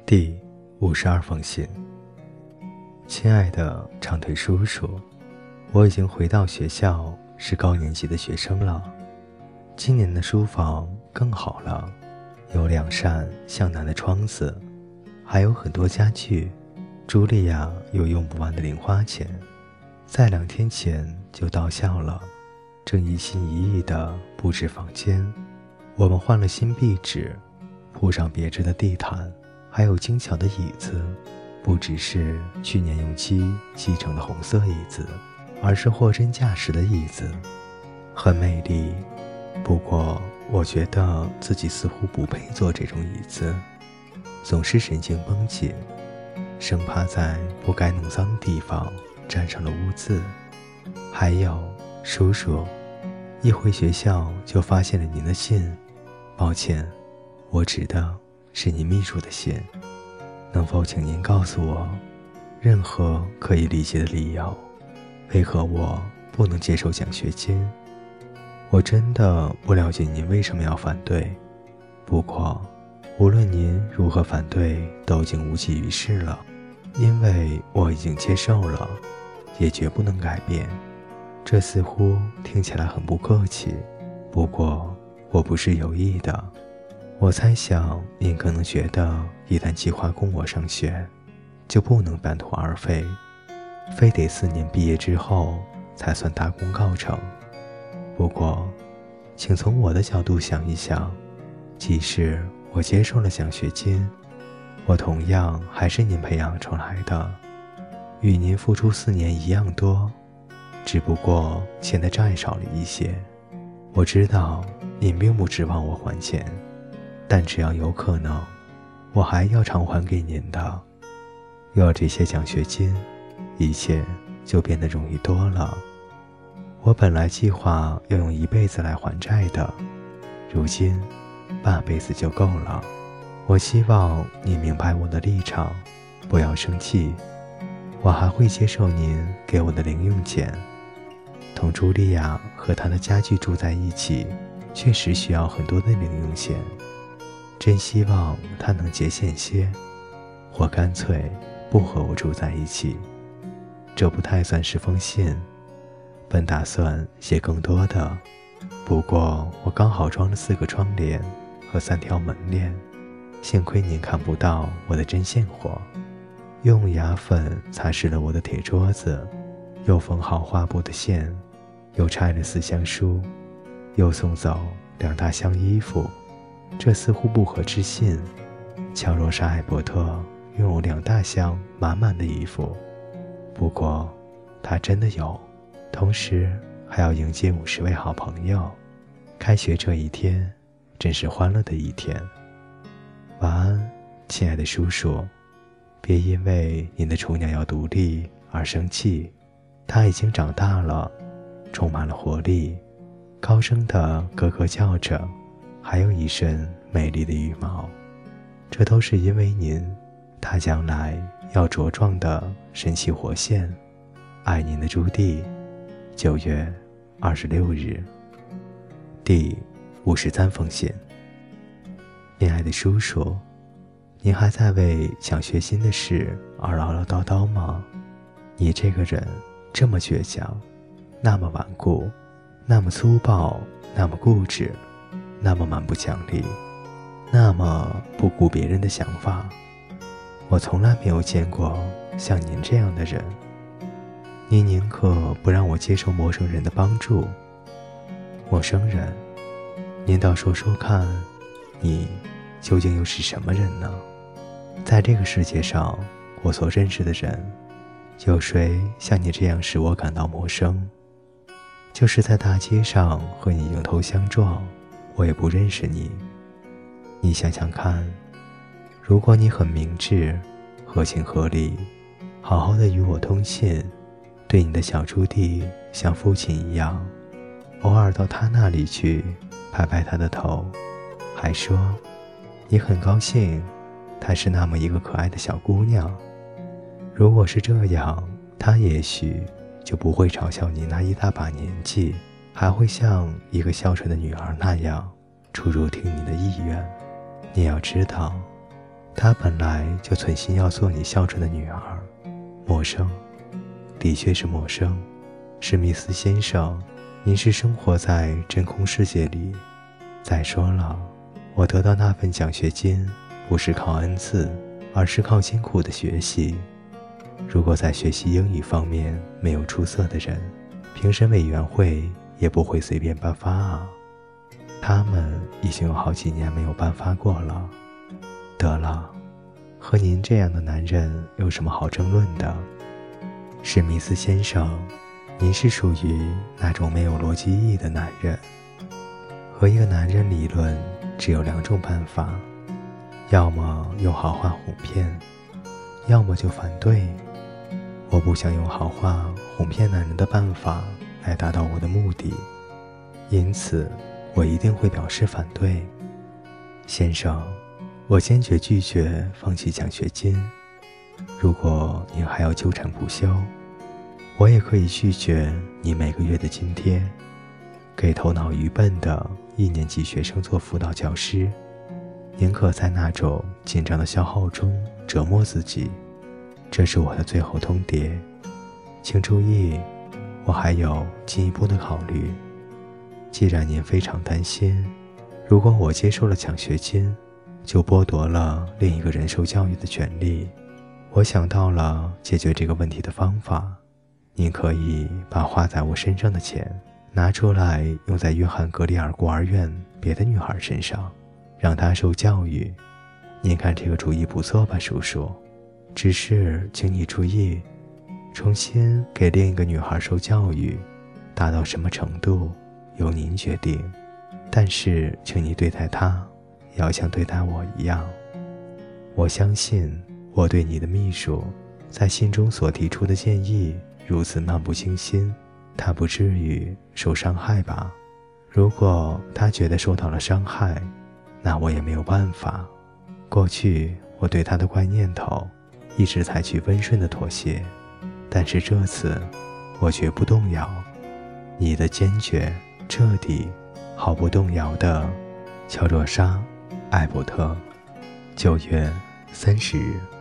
第52封信。亲爱的长腿叔叔，我已经回到学校，是高年级的学生了。今年的书房更好了，有2扇向南的窗子，还有很多家具。茱莉亚有用不完的零花钱，在2天前就到校了，正一心一意地布置房间。我们换了新壁纸，铺上别致的地毯，还有精巧的椅子，不只是去年用漆漆成的红色椅子，而是货真价实的椅子，很美丽。不过我觉得自己似乎不配坐这种椅子，总是神经绷紧，生怕在不该弄脏的地方沾上了污渍。还有，叔叔，一回学校就发现了您的信，抱歉，我指的是您秘书的信，能否请您告诉我任何可以理解的理由，为何我不能接受奖学金？我真的不了解您为什么要反对，不过无论您如何反对都已经无济于事了，因为我已经接受了，也绝不能改变。这似乎听起来很不客气，不过我不是有意的。我猜想您可能觉得一旦计划供我上学，就不能半途而废，非得4年毕业之后才算大功告成。不过请从我的角度想一想，即使我接受了奖学金，我同样还是您培养出来的，与您付出4年一样多，只不过欠的债少了一些。我知道您并不指望我还钱，但只要有可能，我还要偿还给您的。有了这些奖学金，一切就变得容易多了。我本来计划要用1辈子来还债的，如今半辈子就够了。我希望你明白我的立场，不要生气。我还会接受您给我的零用钱。同茱莉亚和她的家具住在一起，确实需要很多的零用钱。真希望她能节俭些，或干脆不和我住在一起。这不太算是封信，本打算写更多的，不过我刚好装了4个窗帘和3条门帘，幸亏您看不到我的针线活。用牙粉擦拭了我的铁桌子，又缝好画布的线，又拆了4箱书，又送走2大箱衣服。这似乎不合置信，乔罗莎·艾伯特拥有2大箱满满的衣服，不过他真的有，同时还要迎接50位好朋友。开学这一天真是欢乐的一天。晚安，亲爱的叔叔，别因为您的雏鸟要独立而生气，它已经长大了，充满了活力，高声地咯咯叫着，还有一身美丽的羽毛。这都是因为您，它将来要茁壮的神气活现。爱您的朱棣，9月26日。第53封信。亲爱的叔叔，您还在为奖学金的事而唠唠叨叨吗？你这个人这么倔强，那么顽固，那么粗暴，那么固执，那么蛮不讲理，那么不顾别人的想法。我从来没有见过像您这样的人。您宁可不让我接受陌生人的帮助。陌生人，您倒说说看，你究竟又是什么人呢？在这个世界上，我所认识的人，有谁像你这样使我感到陌生？就是在大街上和你迎头相撞，我也不认识你。你想想看，如果你很明智、合情合理，好好的与我通信，对你的小朱棣像父亲一样，偶尔到他那里去拍拍他的头，还说你很高兴她是那么一个可爱的小姑娘。如果是这样，她也许就不会嘲笑你那一大把年纪，还会像一个孝顺的女儿那样出入听你的意愿。你要知道， 她本来就存心要做你孝顺的女儿。陌生，的确是陌生。史密斯先生，您是生活在真空世界里。再说了，我得到那份奖学金不是靠恩赐，而是靠艰苦的学习。如果在学习英语方面没有出色的人，评审委员会也不会随便颁发啊。他们已经有好几年没有颁发过了。得了，和您这样的男人有什么好争论的？史密斯先生，您是属于那种没有逻辑意义的男人。和一个男人理论只有2种办法，要么用好话哄骗，要么就反对。我不想用好话哄骗男人的办法来达到我的目的，因此我一定会表示反对。先生，我坚决拒绝放弃奖学金。如果您还要纠缠不休，我也可以拒绝你每个月的津贴，给头脑愚笨的1年级学生做辅导教师，宁可在那种紧张的消耗中折磨自己。这是我的最后通牒。请注意，我还有进一步的考虑。既然您非常担心，如果我接受了奖学金，就剥夺了另一个人受教育的权利，我想到了解决这个问题的方法。您可以把花在我身上的钱拿出来用在约翰格里尔孤儿院别的女孩身上，让她受教育。您看这个主意不错吧，叔叔？只是请你注意，重新给另一个女孩受教育达到什么程度由您决定，但是请你对待她要像对待我一样。我相信我对你的秘书在信中所提出的建议如此漫不经心，他不至于受伤害吧？如果他觉得受到了伤害，那我也没有办法。过去我对他的怪念头一直采取温顺的妥协，但是这次我绝不动摇。你的坚决、彻底、毫不动摇的乔若莎·艾伯特。9月30日。